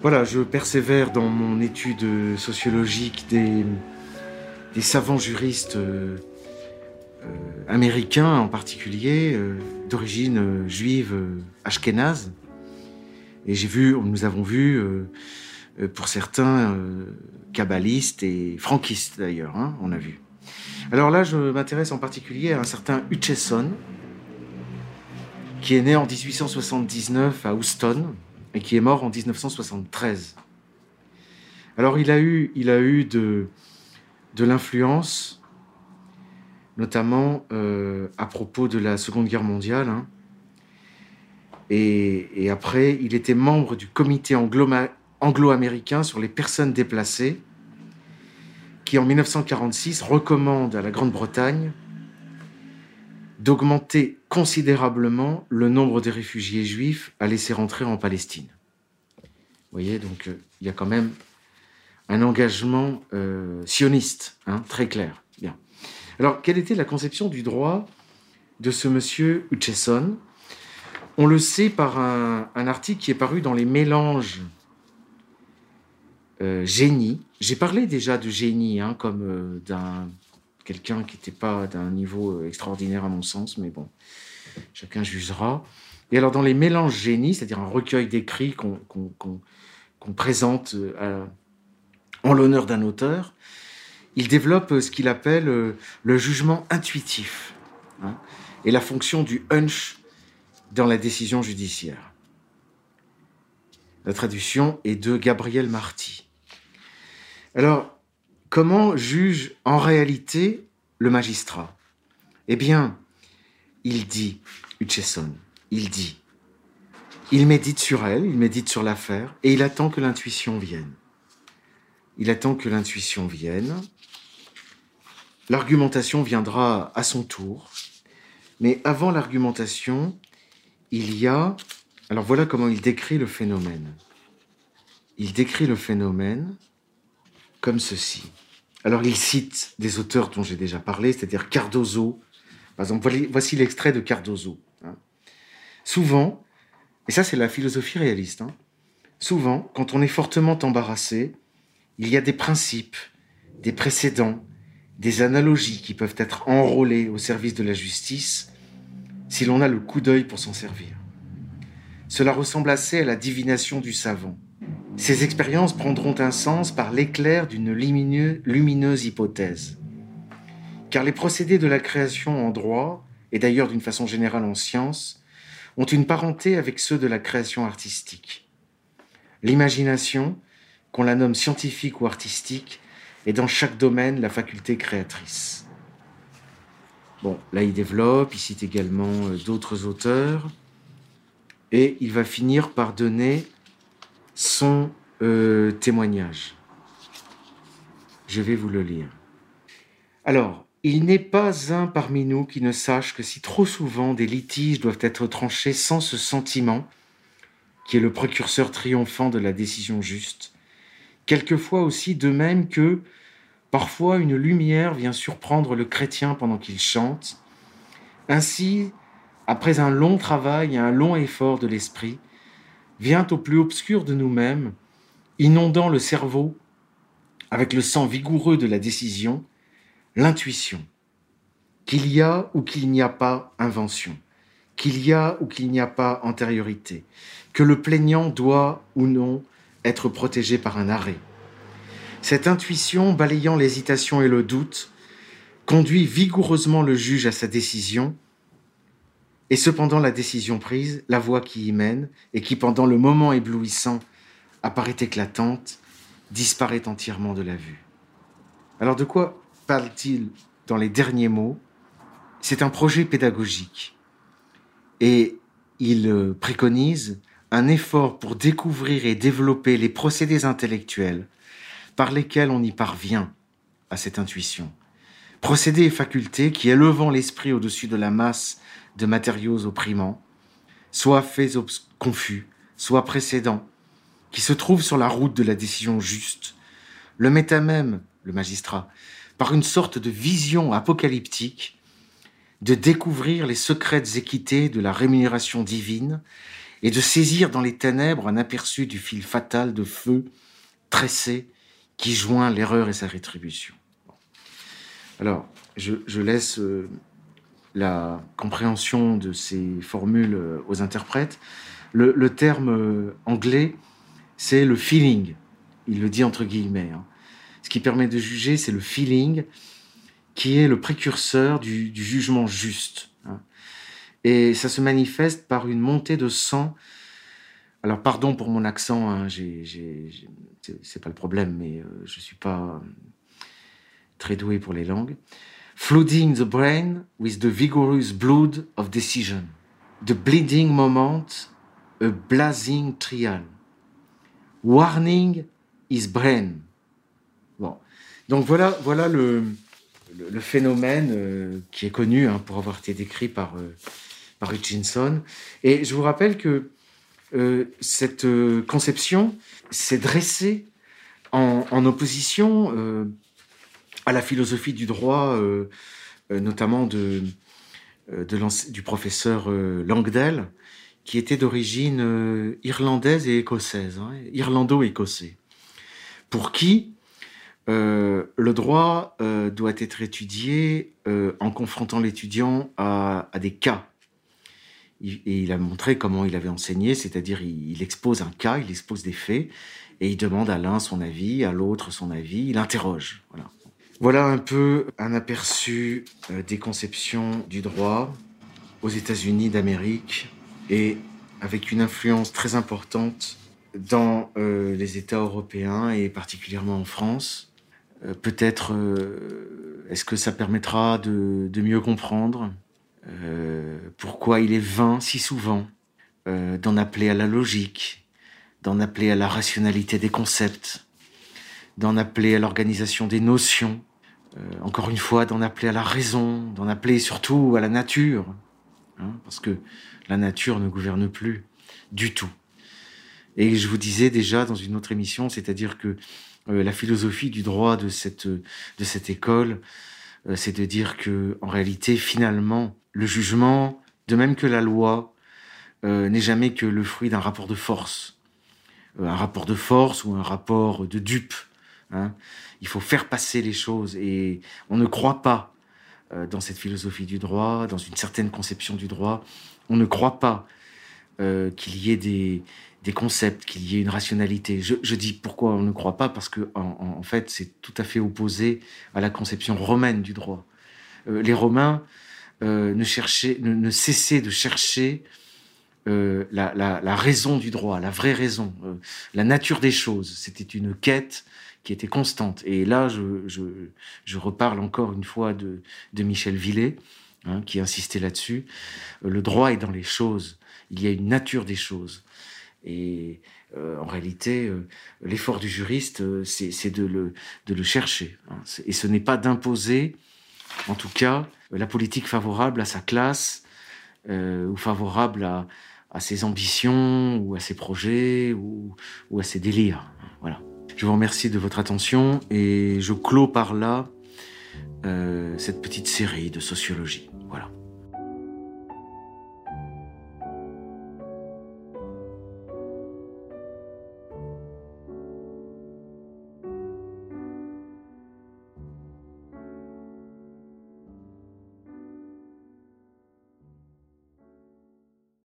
Voilà, je persévère dans mon étude sociologique des savants juristes américains en particulier, d'origine juive ashkénaze. Et nous avons vu, pour certains, kabbalistes et franquistes d'ailleurs, hein, on a vu. Alors là, je m'intéresse en particulier à un certain Hutcheson, qui est né en 1879 à Houston et qui est mort en 1973. Alors il a eu de l'influence, notamment à propos de la Seconde Guerre mondiale. Hein. Et après, il était membre du comité anglo-américain sur les personnes déplacées, qui en 1946 recommande à la Grande-Bretagne d'augmenter considérablement le nombre de réfugiés juifs à laisser rentrer en Palestine. Vous voyez, donc il y a quand même un engagement sioniste, hein, très clair. Bien. Alors, quelle était la conception du droit de ce monsieur Hutcheson ? On le sait par un article qui est paru dans les Mélanges génie. J'ai parlé déjà de génie, hein, comme quelqu'un qui n'était pas d'un niveau extraordinaire à mon sens, mais bon, chacun jugera. Et alors, dans les Mélanges génie, c'est-à-dire un recueil d'écrits qu'on présente en l'honneur d'un auteur, il développe ce qu'il appelle le jugement intuitif, hein, et la fonction du hunch dans la décision judiciaire. La traduction est de Gabriel Marty. Alors, comment juge en réalité le magistrat ? Eh bien, il dit, Hutcheson, il médite sur elle, il médite sur l'affaire, et il attend que l'intuition vienne. Il attend que l'intuition vienne. L'argumentation viendra à son tour. Mais avant l'argumentation, il y a... Alors voilà comment il décrit le phénomène. Il décrit le phénomène comme ceci. Alors il cite des auteurs dont j'ai déjà parlé, c'est-à-dire Cardozo. Par exemple, voici l'extrait de Cardozo. Hein. Souvent, et ça c'est la philosophie réaliste, hein, souvent, quand on est fortement embarrassé, il y a des principes, des précédents, des analogies qui peuvent être enrôlées au service de la justice si l'on a le coup d'œil pour s'en servir. Cela ressemble assez à la divination du savant. Ces expériences prendront un sens par l'éclair d'une lumineuse hypothèse. Car les procédés de la création en droit, et d'ailleurs d'une façon générale en science, ont une parenté avec ceux de la création artistique. L'imagination, qu'on la nomme scientifique ou artistique, est dans chaque domaine la faculté créatrice. Bon, là il développe, il cite également d'autres auteurs, et il va finir par donner son témoignage. Je vais vous le lire. Alors, il n'est pas un parmi nous qui ne sache que si trop souvent des litiges doivent être tranchés sans ce sentiment, qui est le précurseur triomphant de la décision juste, quelquefois aussi de même que, parfois, une lumière vient surprendre le chrétien pendant qu'il chante. Ainsi, après un long travail et un long effort de l'esprit, vient au plus obscur de nous-mêmes, inondant le cerveau avec le sang vigoureux de la décision, l'intuition, qu'il y a ou qu'il n'y a pas invention, qu'il y a ou qu'il n'y a pas antériorité, que le plaignant doit ou non être protégé par un arrêt. Cette intuition, balayant l'hésitation et le doute, conduit vigoureusement le juge à sa décision, et cependant la décision prise, la voie qui y mène, et qui pendant le moment éblouissant apparaît éclatante, disparaît entièrement de la vue. Alors de quoi parle-t-il dans les derniers mots ? C'est un projet pédagogique, et il préconise un effort pour découvrir et développer les procédés intellectuels par lesquels on y parvient à cette intuition. Procédés et facultés qui, élevant l'esprit au-dessus de la masse de matériaux opprimants, soit faits confus, soit précédents, qui se trouvent sur la route de la décision juste, le met à même, le magistrat, par une sorte de vision apocalyptique, de découvrir les secrètes équités de la rémunération divine et de saisir dans les ténèbres un aperçu du fil fatal de feu tressé qui joint l'erreur et sa rétribution. Alors, je laisse la compréhension de ces formules aux interprètes. Le terme anglais, c'est le feeling. Il le dit entre guillemets. Ce qui permet de juger, c'est le feeling qui est le précurseur du jugement juste. Et ça se manifeste par une montée de sang. Alors, pardon pour mon accent, c'est pas le problème, mais je suis pas très doué pour les langues. Flooding the brain with the vigorous blood of decision. The bleeding moment, a blazing trial. Warning his brain. Bon. Donc voilà le phénomène qui est connu pour avoir été décrit par Hutchinson. Et je vous rappelle que cette conception s'est dressée en opposition à la philosophie du droit, notamment du professeur Langdell, qui était d'origine irlandaise et écossaise, irlando-écossais, pour qui le droit doit être étudié en confrontant l'étudiant à des cas. Et il a montré comment il avait enseigné, c'est-à-dire il expose un cas, il expose des faits, et il demande à l'un son avis, à l'autre son avis, il interroge. Voilà un peu un aperçu des conceptions du droit aux États-Unis d'Amérique et avec une influence très importante dans les États européens et particulièrement en France. Peut-être est-ce que ça permettra de mieux comprendre pourquoi il est vain si souvent d'en appeler à la logique, d'en appeler à la rationalité des concepts, d'en appeler à l'organisation des notions, encore une fois, d'en appeler à la raison, d'en appeler surtout à la nature, parce que la nature ne gouverne plus du tout. Et je vous disais déjà dans une autre émission, c'est-à-dire que la philosophie du droit de cette école, c'est de dire que, en réalité, finalement, le jugement, de même que la loi, n'est jamais que le fruit d'un rapport de force. Un rapport de force ou un rapport de dupe. Il faut faire passer les choses et on ne croit pas dans cette philosophie du droit, dans une certaine conception du droit, on ne croit pas qu'il y ait des concepts, qu'il y ait une rationalité. Je dis pourquoi on ne croit pas, parce que en fait c'est tout à fait opposé à la conception romaine du droit. Les Romains ne cessaient de chercher la raison du droit, la vraie raison, la nature des choses. C'était une quête qui était constante. Et là, je reparle encore une fois de Michel Villet, qui insistait là-dessus. Le droit est dans les choses. Il y a une nature des choses. Et en réalité, l'effort du juriste, c'est de le chercher. Et ce n'est pas d'imposer, en tout cas, la politique favorable à sa classe ou favorable à ses ambitions ou à ses projets ou à ses délires. Voilà. Je vous remercie de votre attention et je clôt par là cette petite série de sociologie. Voilà.